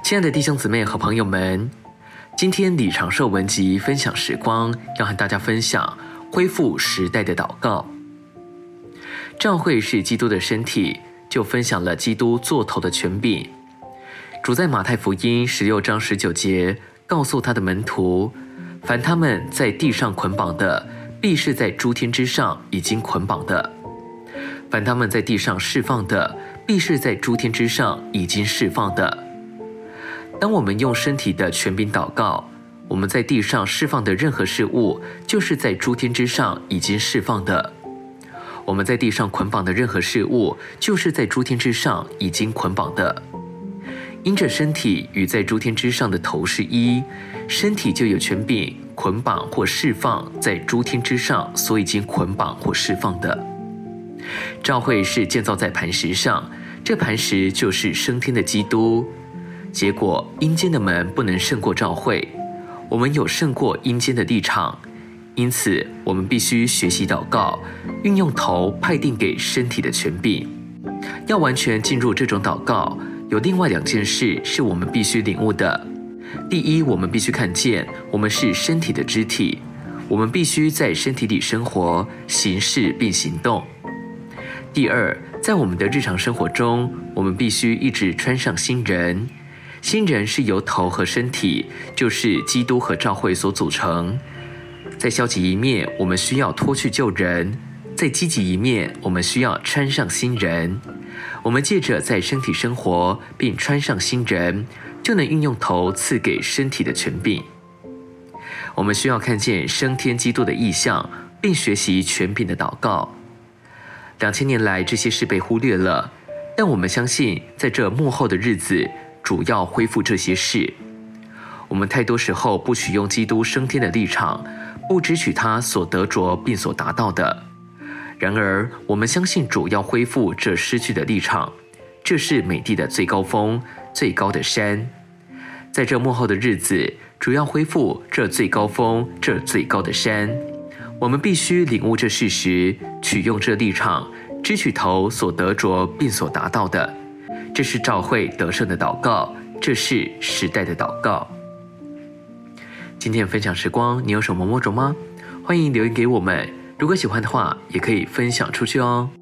亲爱的弟兄姊妹和朋友们，今天李长寿文集分享时光，要和大家分享恢复时代的祷告。教会是基督的身体，就分享了基督做头的权柄。主在马太福音16章19节告诉他的门徒，凡他们在地上捆绑的，必是在诸天之上已经捆绑的；凡他们在地上释放的，必是在诸天之上已经释放的。当我们用身体的权柄祷告，我们在地上释放的任何事物，就是在诸天之上已经释放的；我们在地上捆绑的任何事物，就是在诸天之上已经捆绑的。因着身体与在诸天之上的头是一，身体就有权柄捆绑或释放在诸天之上所已经捆绑或释放的。教会是建造在磐石上，这磐石就是升天的基督。结果阴间的门不能胜过教会，我们有胜过阴间的立场，因此我们必须学习祷告，运用头派定给身体的权柄。要完全进入这种祷告，有另外2件事是我们必须领悟的。第一，我们必须看见我们是身体的肢体，我们必须在身体里生活、行事并行动。第二，在我们的日常生活中，我们必须一直穿上新人。新人是由头和身体，就是基督和教会所组成。在消极一面，我们需要脱去旧人；在积极一面，我们需要穿上新人。我们借着在身体生活并穿上新人，就能运用头赐给身体的权柄。我们需要看见升天基督的意象，并学习权柄的祷告。2000年来，这些事被忽略了，但我们相信，在这末后的日子，主要恢复这些事。我们太多时候不取用基督升天的立场，不支取他所得着并所达到的。然而，我们相信主要恢复这失去的立场，这是美地的最高峰、最高的山。在这末后的日子，主要恢复这最高峰、这最高的山。我们必须领悟这事实，取用这立场，支取头所得着并所达到的。这是教会得胜的祷告，这是时代的祷告。今天的分享时光，你有什么摸着吗？欢迎留言给我们，如果喜欢的话，也可以分享出去哦。